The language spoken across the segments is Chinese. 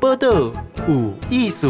报道有艺术。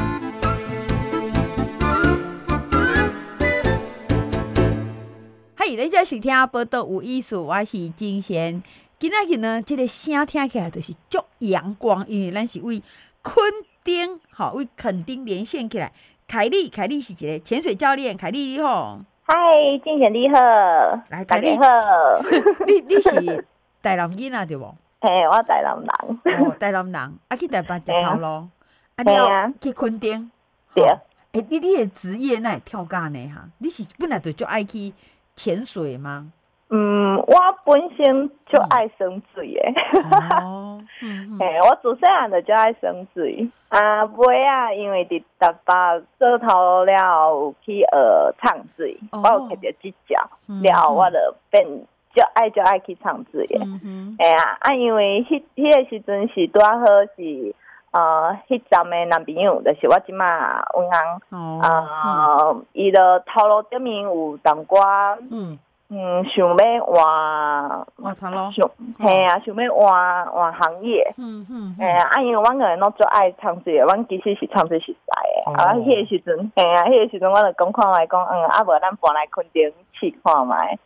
嗨，你这是听报道有艺术，我是金贤。今仔日呢，这个声听起来就是足阳光，因为咱是为垦丁，为垦丁连线起来。凯莉是一个潜水教练，凯莉你好。 嗨，金贤你好， 来， 大家好。 你是台南囡仔对无？ 嘿，我台南人。 哦，台南人，去台北食头路，你要去垦丁。 对。 你的职业哪会跳竿呢？哈，你是本来就爱去潜水吗？ 我本身就爱生水的。 哦， 我自细汉就爱生水。尾啊，因为伫台北做头了，有去学唱水，我有摕到执照，了我就变就爱去唱水的。因为迄个时阵是拄好是迄站的男朋友，就是我即马阮翁，伊就头路顶面有淡薄想要换头路， 想要换行业。因为阮个人拢最爱唱水的，阮其实是唱水熟悉的。迄个时阵，迄个时阵我就讲看卖讲，无咱搬来垦丁试看卖，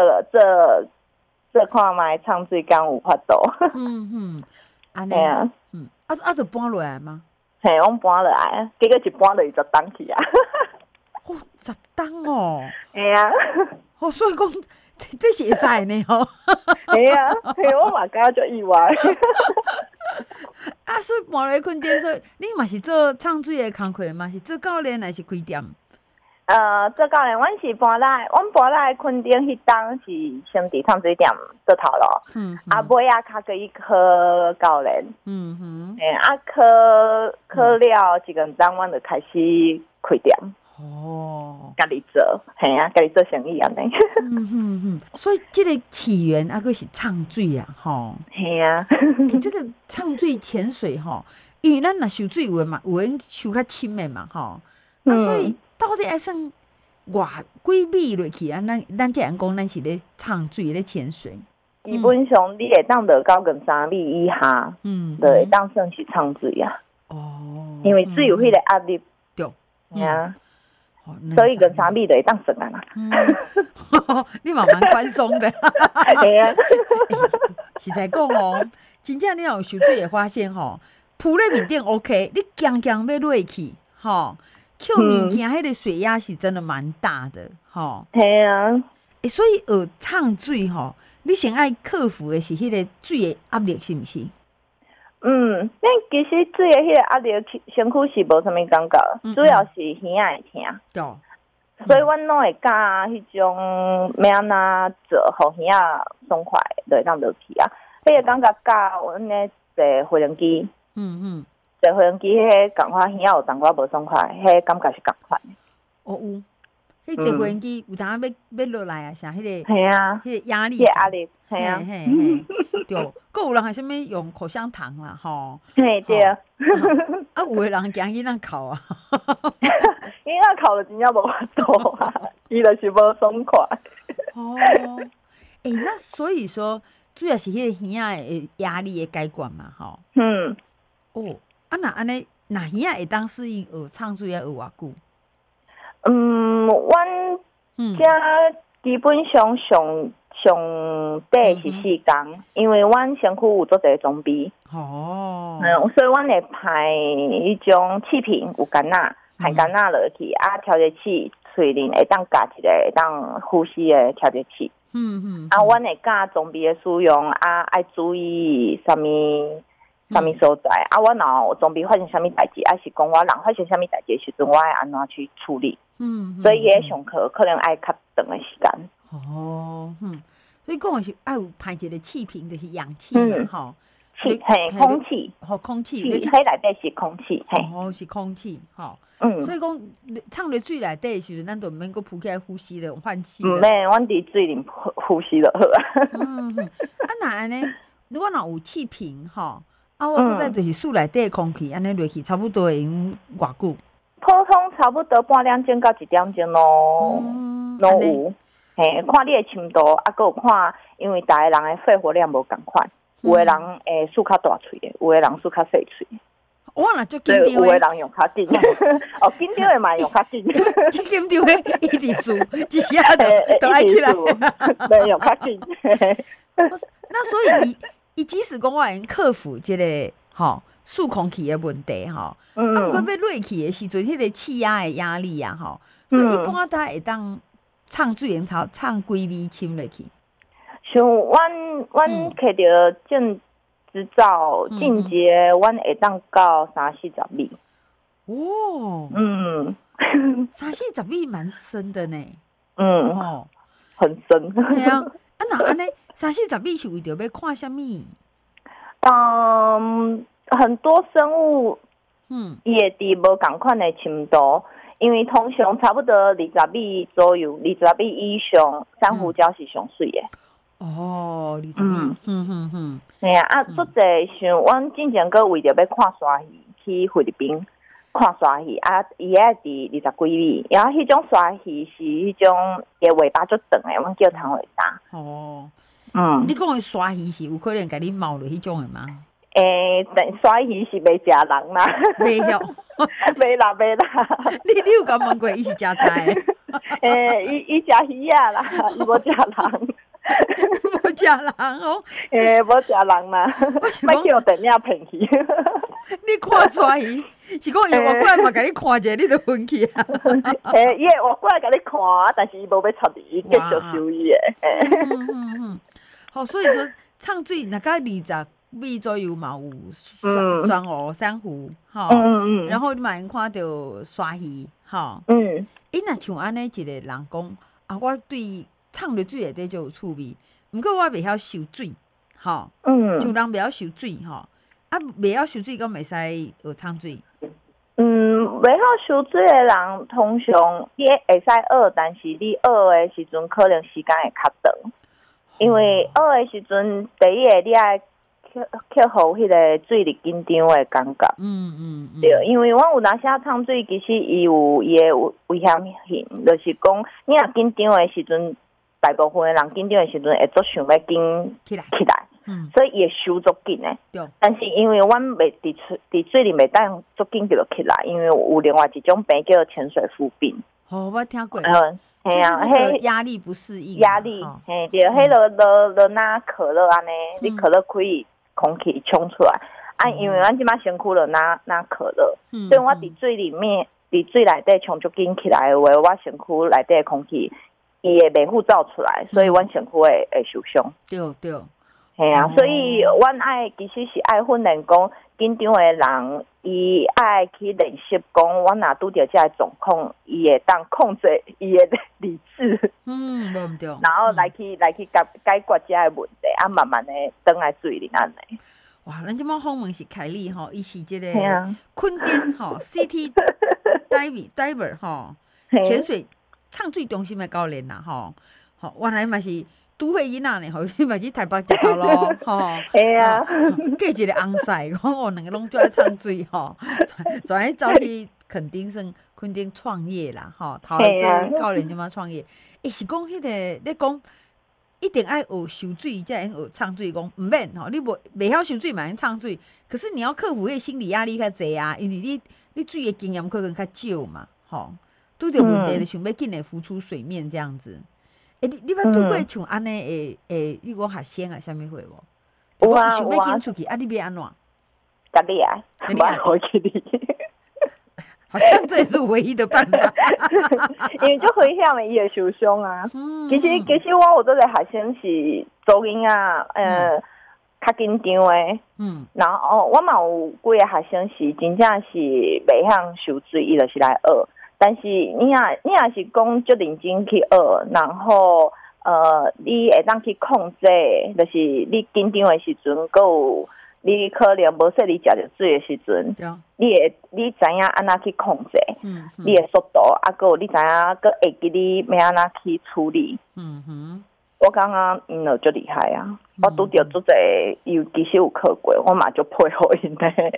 做看卖唱水敢有法度。 安尼就搬落来吗？ 嘿，阮搬落来，结果一搬就10档去啊。 10档哦。 嘿啊。 所以讲这是会使呢吼。 嘿啊，我嘛感觉足意外。 所以搬来垦丁，所以你嘛是做唱水的工课嘛？是做教练还是开店？ 做教练，阮搬来垦丁迄当是先伫唱水店做头路。尾啊，较过去考教练。考了一个钟，阮就开始开店。家己做，家己做生意安尼。 所以这个起源还是唱水啊，吼。 嘿啊。 这个唱水潜水吼，因为咱若受水有嘛，有人受较深的嘛，吼。所以到底要算偌几米落去啊？咱这样讲，咱是咧唱水咧潜水。 基本上你会当到到3米以下，就会当算是唱水啊。因为水有迄个压力。 对。 啊。所以3米就会当算啊啦。 你嘛蛮宽松的。 对啊。 实在讲哦，真正你有受水会发现吼，浮在面顶 OK， 你强要落去，吼，捡物件迄个水压是真的蛮大的，吼。 对啊。 所以唱水吼，你先爱克服的是迄个水的压力，是毋是？ 咱其实水的迄个压力，身躯是无啥物感觉，主要是耳会疼。对。所以阮拢会教迄种要安怎做，互耳爽快，就会当落去啊。迄个感觉教阮咧坐飞轮机。坐飞轮机迄个感觉耳有淡薄无爽快，迄个感觉是共款。 有。迄坐飞轮机有当要落来啊？啥？迄个。 系啊。 迄个压力。 迄个压力。系啊。 对。佫有人还啥物用口香糖啦，吼。 嘿，对。 有的人惊囡仔哭啊。 囡仔哭就真正无法度啊，伊就是无爽快。 那所以说，主要是迄个耳的压力的改观嘛，吼。那安尼，那耳会当适应学唱水要学偌久？ 阮遮基本上上底是4天，因为阮身躯有做一个装备。所以阮会派迄种气瓶，有干仔，排干仔落去，调节器，喙里会当夹一个会当呼吸的调节器。阮会教装备的使用，爱注意啥物所在。我若有装备发生啥物代志，是讲我人发生啥物代志的时阵，我爱安怎去处理。所以迄上课可能爱较长的时间。 所以讲的是爱有排一个气瓶，就是氧气嘛，吼。 空气。 空气。 迄内底是空气。 是空气，吼。所以讲唱入水内底的时阵，咱就毋免阁浮起来呼吸了，换气。 毋免，阮伫水里呼吸就好啊。 那安尼，如果若有气瓶，吼，我搁再就是水内底的空气，安尼落去差不多会用偌久？ 普通差不多半点钟到1点钟咯，拢有。看你的深度，搁有看，因为逐个人的肺活量无共款，有的人会输较大喙的，有的人输较细喙。 我若足紧所以有的张人用较紧，哦，紧张的嘛用较紧， 紧张的一直输，一下就爱起来。 对，用较紧。 那所以伊即使讲我会克服即个数空气的问题啊，毋过要落去的时阵，迄个气压的压力啊，所以一般大会当唱水源操唱几米深落去。 像阮摕着证执照进阶，阮会当到30-40米。 哦，30-40米蛮深的呢。 很深。 对啊，那安尼30-40米是为着要看啥物？ 很多生物伊会伫无共款的深度，因为通常差不多20米左右，20米以上珊瑚礁是上水的。 20米， 对啊，足侪像阮之前个为着要看鲨鱼去菲律宾看鲨鱼伊爱伫20几米，然后迄种鲨鱼是迄种伊尾巴足长的，阮叫长尾鲨。 你讲的鲨鱼是有可能甲你冒落迄种的吗？ 但鲨鱼是袂食人啦， 袂晓， 袂啦。 你有甲问过伊是食菜的？ 伊食鱼啊啦，伊无食人。 无食人哦， 无食人嘛，莫叫电影骗去。 你看鲨鱼，是讲伊活过来嘛？甲你看者，你就昏去啊？ 伊会活过来甲你看，但是伊无要插你，伊继续收伊的。 好，所以说唱水若甲20米左右嘛有双蚵、珊瑚，然后你嘛会看到鲨鱼，伊若像安尼一个人讲我对唱着水内底就有趣味，毋过我袂晓受水，像人袂晓受水袂晓受水，敢袂使学唱水。 袂晓受水的人，通常你会使学，但是你学的时阵可能时间会较长，因为学的时阵，第一个你爱克服迄个水力紧张的感觉。对，因为阮有当时唱水，其实伊有伊的危险性，就是讲你若紧张的时阵。大部分的人紧张的时阵会足想要紧起来，所以伊会收足紧的。但是因为阮袂伫水里袂当足紧就起来，因为有另外一种病叫潜水浮病。 我听过。 嘿啊， 迄压力不适应。 压力，嘿，对，迄落那可乐安尼，你可乐可以空气冲出来。因为阮即摆身躯落那可乐，所以我伫水里面，伫水内底冲足紧起来的话，我身躯内底的空气。伊会袂浮造出来，所以阮身躯会受伤。 对， 系啊，所以阮其实是爱训练讲，紧张的人，伊爱去练习讲，阮若拄着这个状况，伊会当控制伊的理智。 无对。 然后来去解决这个问题，慢慢的倒来水里安尼。 哇，咱即摆访问是凯莉伊是即个昆汀CT diver 潜水。唱水中心的教练啦，原来嘛是拄岁囡仔呢，伊嘛去台北食头路， 系啊， 计一个翁婿，讲两个拢做爱唱水，全走去垦丁创业啦，头一做教练即马创业，是讲迄个咧讲，一定爱学受水才会学唱水，讲毋免你袂晓受水嘛能唱水，可是你要克服迄心理压力较济啊，因为你水的经验可能较少嘛，拄着问题就想要紧的浮出水面这样子。你捌拄过像安尼你讲学生啊，啥物货无？有啊，想要紧出去你要安怎？ 甲你啊，我去你。 好像这也是唯一的办法。 因为就危险的，伊会受伤啊。其实我有做个学生是做囡仔，较紧张的。然后我嘛有几个学生是真正是袂晓受水，伊就是来学。但是你也是讲足认真去学，然后你会当去控制，就是你紧张的时阵，还有你可能无说你食着水的时阵，你知影安怎去控制，你的速度，还有你知影，还会记你要安怎去处理。我感觉因就足厉害啊！我拄着足侪，其实有考过，我嘛就佩服因嘞。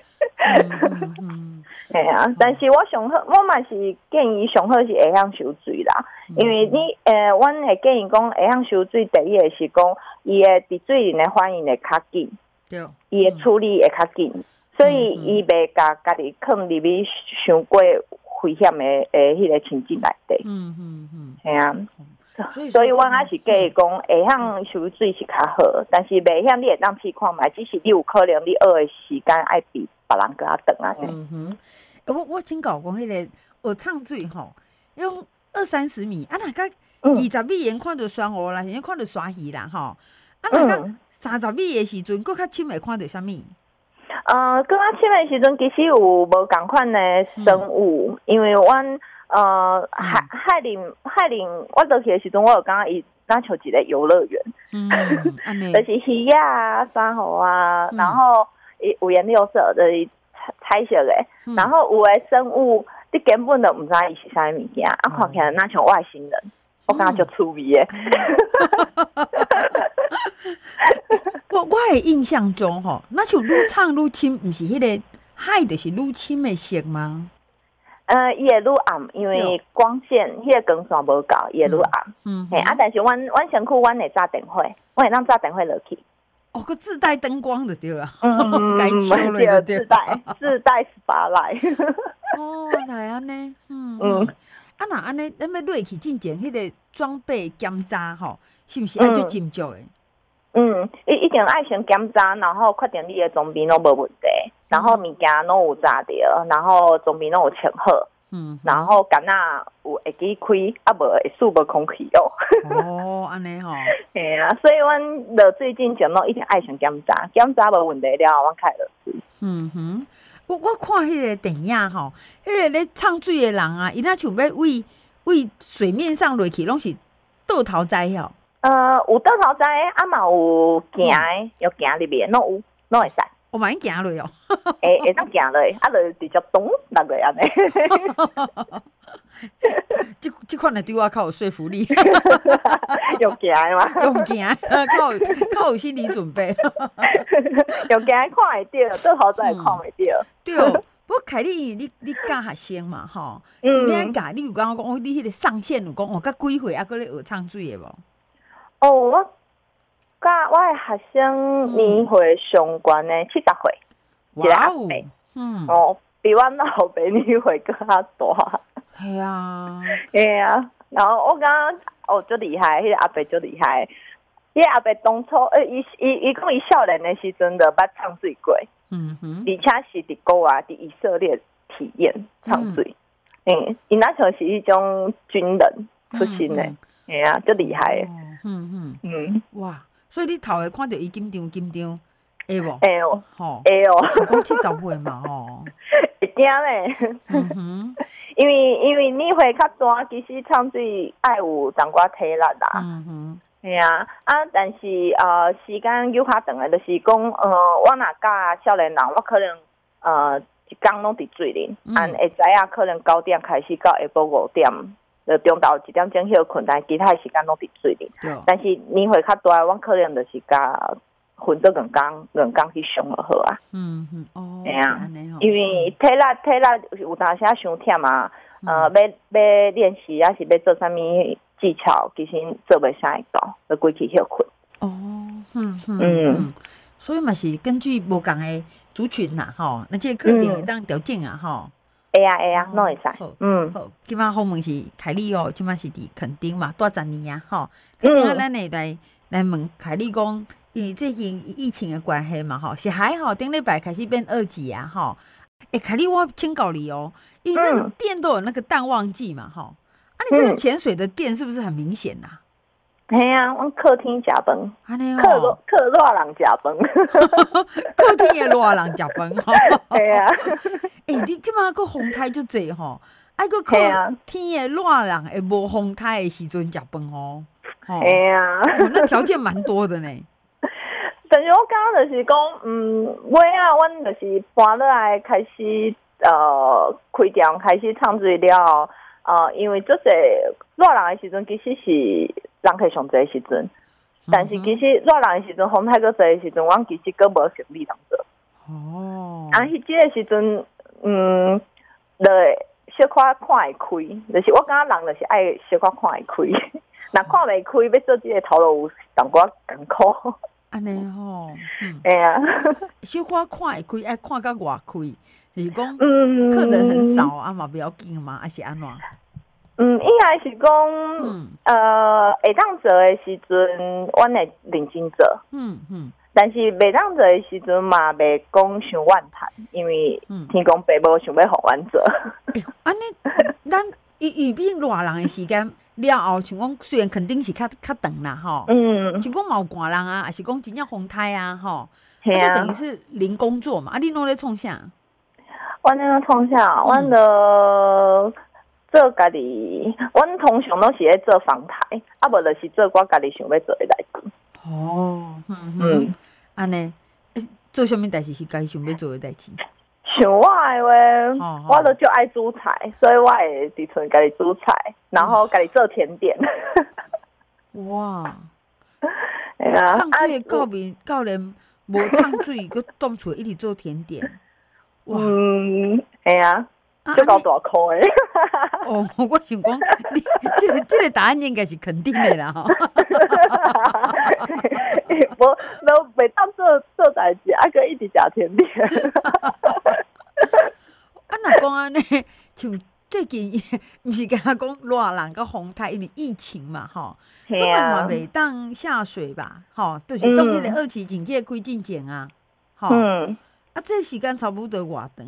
嘿啊，但是我上好，我嘛是建议上好是会晓受水啦，因为你阮会建议讲会晓受水，第一个是讲伊的伫水里的反应会较紧，伊的处理会较紧， 所以伊袂甲家己囥入去伤过危险的迄个情境内底。系啊。所以我还是建议讲，会晓游水是较好，但是袂晓你会当试看觅，只是你有可能你学的时间爱比别人更较长啊。 我请教讲，迄个学唱水吼，用20-30米，啊，若甲20米沿看到双湖啦，现在看到鲨鱼啦，吼，啊，若甲30米的时阵，佫较深会看到啥物？ 更较深的时阵，其实有无共款的生物，因为阮海林，我落去的时阵，我有感觉伊那像一个游乐园，就是鱼啊、珊瑚啊，然后五颜六色，就是彩色的，然后有的生物，你根本都唔知伊是啥物件，啊，看起来那像外星人，我感觉就趣味的。 我的印象中吼，那像愈唱愈深，毋是迄个海就是愈深的色吗？ 伊会愈暗，因为光线迄个光线无够，伊会愈暗。嘿，但是阮身躯阮会炸电火，阮会当炸电火落去。 佮自带灯光就对了。 该笑了就对。自带 spotlight。 来安尼，若安尼，咱要落去进前，迄个装备检查吼，是毋是爱做斟酌的？ 一定爱先检查，然后确定你的装备拢无问题，然后物件拢有炸着，然后装备拢有穿好，然后敢若有会记开，啊无会输无空气哦。 安尼吼。 嘿啊，所以阮落水进前拢一定爱先检查，检查无问题了，阮开落水。 我看迄个电影吼，迄个咧唱水的人啊，伊若像要为水面上落去，拢是倒头栽吼。 有倒头栽，啊嘛有行的，要行入面，拢会使。 我嘛行落哦。 会当行落，啊，就直接咚落落安尼。 这款的对我较有说服力。 用行的嘛？ 用行，较有心理准备。 用行看会到，倒头栽看袂到。 对哦。不过凯莉，你教学生嘛吼，今天教你有讲你迄个上线有讲，甲几岁啊？搁咧学唱水的无？ 我甲我的学生年岁上悬的70岁，一个阿伯，比阮老爸年岁更较大。 系啊， 然后我感觉足厉害，迄个阿伯足厉害。迄个阿伯当初伊讲伊少年的时阵就捌唱水过，而且是伫国外伫以色列体验唱水。伊那像是迄种军人出身的，足厉害的。 哇！所以你头会看到伊紧张，会无？ 会哦， 是讲70岁嘛吼。 会惊咧。因为你会较大，其实唱水爱有淡薄体力啦。系啊，但是时间有较长的，就是讲我若教少年人，我可能一工拢伫水里，会知影可能9点开始到下晡5点。就中昼1点钟休困，但其他的时间拢伫水里。但是年岁较大，我可能就是甲分做2工去上就好啊。系啊，因为体力有当时伤忝啊。要练习还是要做啥物技巧，其实做袂啥会到，就规去休困。 所以嘛是根据无共的族群啦，吼，那这个课程会当调整啊，吼。 会啊，拢会使。 好，今仔访问是凯莉哦，今仔是伫垦丁嘛，大10年啊，吼。今仔咱会来问凯莉讲，因为最近疫情的关系嘛，吼，是还好，顶礼拜开始变2级啊，吼。凯莉，我请教你哦，因为那个店都有那个淡旺季嘛，吼。你这个潜水的店是不是很明显呐？ 系啊，阮客厅食饭，客热人食饭， 客厅的热人食饭吼。 系啊， 你即马个风台就济吼，个客厅的热人会无风台的时阵食饭吼。 系啊， 那条件蛮多的呢。 但是我刚刚就是讲，尾啊，阮就是搬落来开始开店，开始唱水了。因为就是热人的时阵，其实是人客上侪的时阵，但是其实热人的时阵，风太过侪的时阵，阮其实佫无生理通做。迄个时阵，就小可看会开，就是我感觉人就是爱小可看会开，若看袂开，要做这个头路有淡薄艰苦。 安尼吼， 哎呀， 小可看会开，爱看到外开，就是讲，客人很少啊嘛，不要紧嘛，还是安怎？ 应该是讲，会当做的时阵，阮会认真做。但是袂当做的时阵嘛，袂讲伤怨叹，因为天公伯母想要互阮做。 安尼，咱预备热人的时间了后，像讲虽然肯定是较长啦吼，像讲嘛有寒人啊，还是讲真正风台啊吼，就等于是零工作嘛。啊，你拢咧创啥？ 阮咧创啥？阮就做家己，阮通常拢是咧做房台，啊无就是做我家己想要做的代志。 哦，安尼，做啥物代志是家己想要做的代志？ 像我的话，我都就爱煮菜，所以我会伫厝家己煮菜，然后家己做甜点。 哇！唱水的教练无唱水，佮冻厝一直做甜点。哇！ 哎呀，就搞大箍的。 哦，我想讲，你这个答案应该是肯定的啦。 我都袂当做代志，啊，佮一直食甜点。 啊，若讲安尼，像最近毋是甲讲热人甲风台，因为疫情嘛，吼，根本嘛袂当下水吧，吼，就是当迄个2级警戒开进前啊，吼，啊，这时间差不多偌长。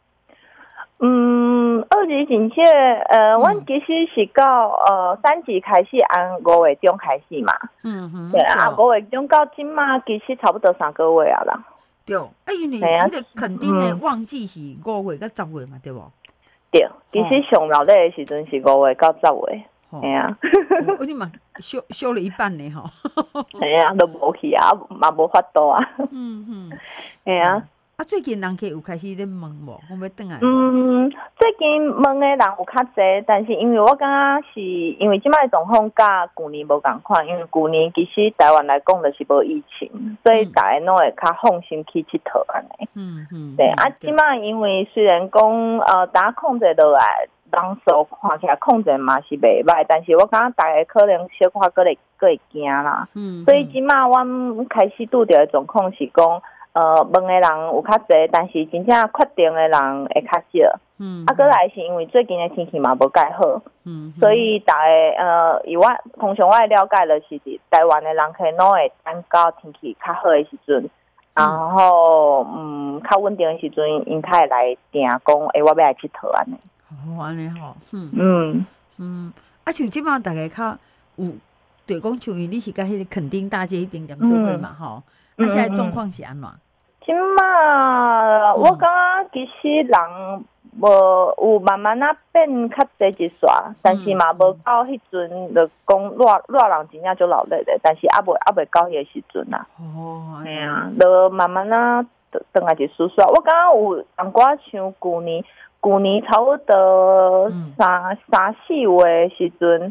2级警戒，阮其实是到3级开始，按5月中开始嘛。对啊，5月中到今嘛，其实差不多3个月啊啦。 对，因为迄个肯定的旺季是5月到10月嘛，对无？ 对，其实上热烈的时阵是5月到10月。系啊， 你嘛休了一半呢吼。 系啊，都无去啊，嘛无法度啊。系啊。 啊，最近人客有开始咧问无，讲要转来。 最近问的人有较侪，但是因为我感觉是因为即摆状况甲旧年无共款，因为旧年其实台湾来讲就是无疫情，所以大家拢会较放心去佚佗安尼。对啊，即摆因为虽然讲大家控制落来，人数看起来控制嘛是袂歹，但是我感觉大家可能小可佫会惊啦。所以即摆阮开始拄着的状况是讲。问的人有较侪，但是真正确定的人会较少。再来是因为最近的天气嘛无介好，所以大家以我通常我的了解就是台湾的人可能会等到天气较好的时阵，然后较稳定的时阵，因才会来订讲，我要来佚佗安尼。 哦，安尼吼，啊，像即摆大家较有，对讲像你是甲迄个垦丁大街迄边点做伙嘛吼，啊，现在状况是安怎？ 即马我感觉其实人无有慢慢变较济一撮，但是嘛无到迄阵就讲热人真正就热烈的，但是还袂到迄个时阵啦。哦，系啊，就慢慢转来一丝丝。我感觉有淡薄像旧年差不多3-4月的时阵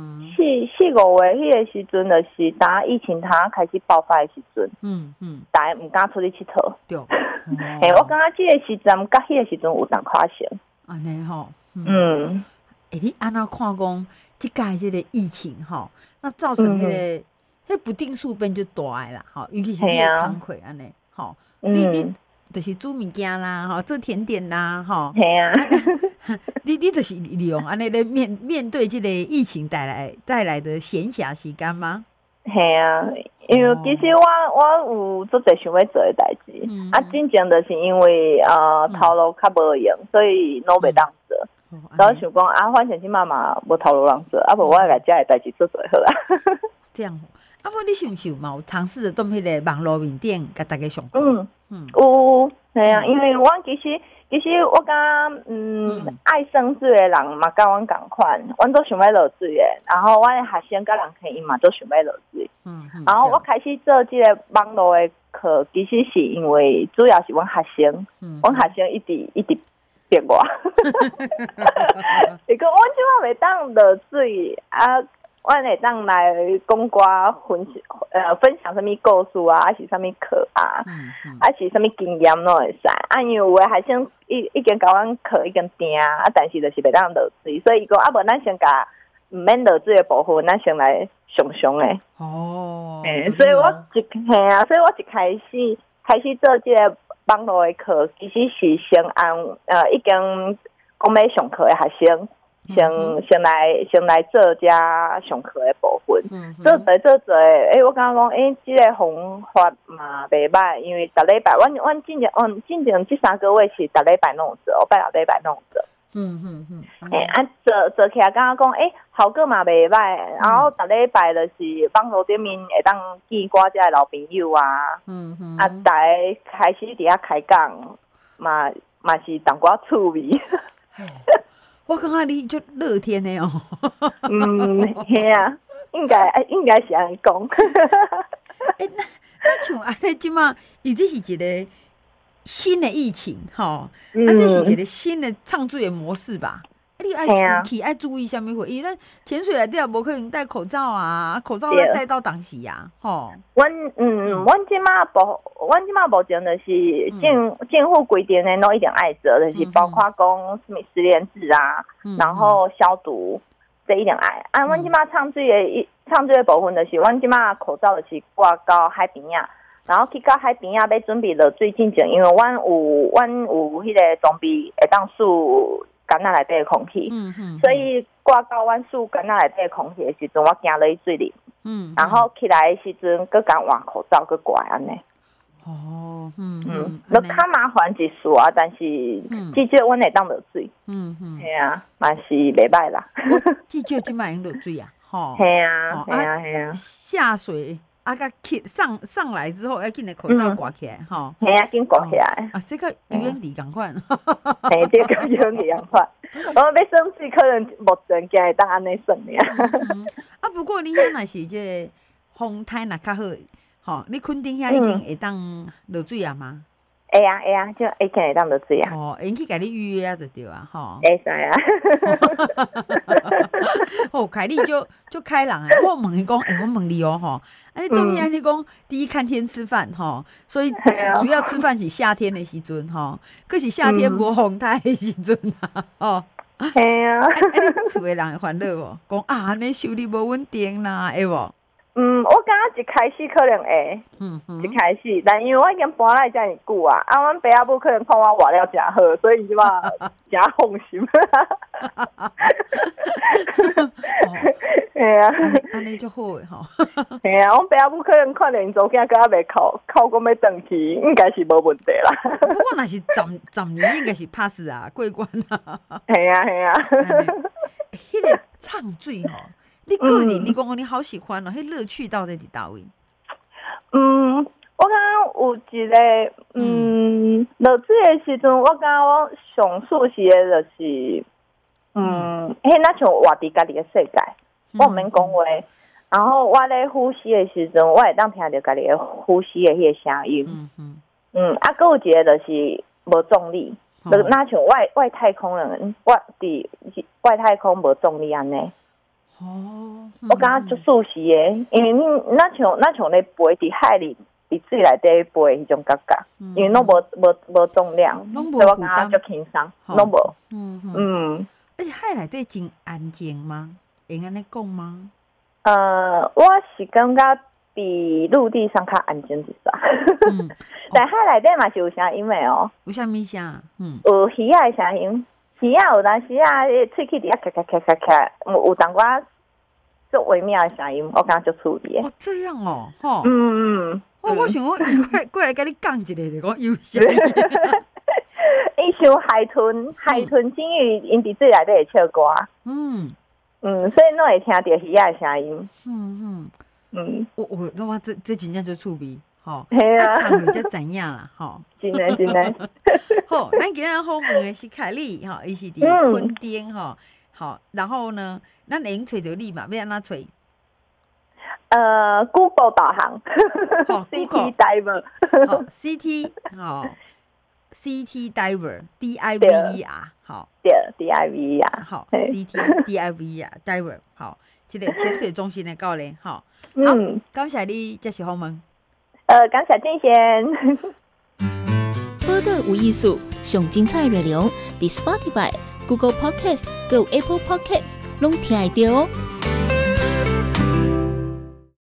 ，4-5月迄个时阵，就是当疫情开始爆发的时阵，大家毋敢出去佚佗。对，我感觉即个时阵甲迄个时阵有淡化性。 安尼吼，你安怎看讲即届即个疫情吼，那造成迄不定数变就大诶啦，吼，尤其是你的工课安尼，吼，你。就是煮物件啦，吼，做甜点啦，吼。 系啊。 你就是利用安尼咧面对这个疫情带来的闲暇时间吗？ 系啊，因为其实我有做侪想要做的代志，真正就是因为头路较无用，所以拢袂当做。然后想讲反正即马嘛无头路通做，无我来遮的代志做做好啦。 这样，无你是毋是有尝试着踮迄个网络面店甲大家上课？ 有，系啊，因为我其实我感觉，爱生水的人嘛，甲阮共款，阮都想要落水的。然后阮的学生甲人客因嘛都想要落水。然后我开始做这个网络的课，其实是因为主要是阮学生，阮学生一直逼我。伊讲阮即摆袂当落水啊。阮会当来讲寡分享什么故事啊，还是什么课啊，还是什么经验拢会使。因为有的学生已经甲阮课已经订但是就是袂当落水，所以伊讲无咱先甲毋免落水的部分，咱先来上诶。 哦， 所以我一开始做这个网络的课，其实是先按已经讲要上课的学生。先来做遮上课的部分，做，我感觉讲，这个方法嘛袂歹，因为逐礼拜，阮进前这3个月是逐礼拜弄做，拜六礼拜弄做，做起来感觉讲，效果嘛袂歹，然后逐礼拜就是网络顶面会当见我遮老朋友啊，大家开始伫遐开讲，嘛是淡薄趣味。 我感觉你就乐天的哦。 是啊，应该是安尼讲。 那像安尼即马，伊这是一个新的疫情，吼，这是一个新的唱水的模式吧？你爱注意什么货？因为咱潜水内底也无可能戴口罩啊，口罩要戴到当时啊，吼。 阮即马目前就是政府规定的都一定爱做，就是包括讲什么实联制啊，然后消毒，这一定爱。阮即马唱水的部分就是，阮即马口罩就是挂到海边啊，然后去到海边啊，要准备落水进前，因为阮有迄个装备会当数。干那内底的空气，所以挂到阮树干那内底的空气的时阵，我行落去水里，然后起来的时阵，搁敢换口罩，搁挂安尼。 哦， 都较麻烦一丝啊，但是至少阮会当落水。系啊，嘛是袂歹啦。 至少即摆用落水啊，吼。 系啊，系啊，系啊。 下水。甲上来之后，要紧的口罩挂起来，吼。 系啊，紧挂起来。 这个游泳池同款。 嘿，这个游泳池同款。我要生水，可能目前惊会当安尼算尔。 不过你遐若是这个风台若较好，吼，你垦丁遐已经会当落水啊吗？ 会啊，就已经会当落水啊。 因去甲你预约啊，就对啊，吼。 会使啊。 凯莉就开朗哎！我问伊讲，我问你哦，吼，你当然你讲第一看天吃饭吼，所以主要吃饭是夏天的时阵吼，可是夏天无风台的时阵啊，吼。 系啊。 你厝的人会烦恼无？讲安尼收入无稳定啦，会无？ 我感觉一开始可能会，一开始，但因为我已经搬来遮尔久啊，阮爸阿母可能看我活了真好，所以即嘛真放心。系啊， 安尼就好诶吼。 系啊，阮爸阿母可能看连做囝搁未考讲要转去，应该是无问题啦。 不过若是10年，应该是 pass 啊，过关啊。 系啊。 迄个唱水吼。你个人，你讲你好喜欢哦，迄乐趣到底伫倒位？ 我感觉有一个，落水的时阵，我感觉我上舒适的就是，迄那像活伫家己的世界，我毋免讲话，然后我咧呼吸的时阵，我会当听到家己的呼吸的迄个声音。搁有一个就是无重力，就那像外太空人，我伫外太空无重力安尼。我感觉足舒适的，因为那像咧飞伫海里、伫水内底飞迄种感觉，因为拢无重量，所以我感觉足轻松，拢无。 而且海内底真安静吗？会安尼讲吗？ 我是感觉比陆地上较安静一寡。但海内底嘛是有声音的哦。 有啥物声？ 有鱼仔的声音。鱼仔有当时啊，喙齿伫遐咔，有淡薄足微妙的声音，我感觉足处理的。 这样哦，吼。我想我过来跟你讲一个，就讲有声音。 伊像海豚金鱼，因伫水内底会唱歌。所以拢会听到鱼仔的声音。 我这真正就趣味。 系啊， 场面就怎样啦？ 真的。 好，咱今日好问的是凯莉，伊是伫垦丁好，然后呢，咱会用找着你嘛？要安怎找 ？Google 导航，CT Diver，CT Diver DIVER 好， 对 DIVER 好 CT DIVER Diver 好，这个潜水中心的教练好，感谢你接受访问。 感谢静贤。 报道有艺术，上精彩内容，伫 Spotify、Google Podcast、Go Apple Podcasts， 拢听得到哦。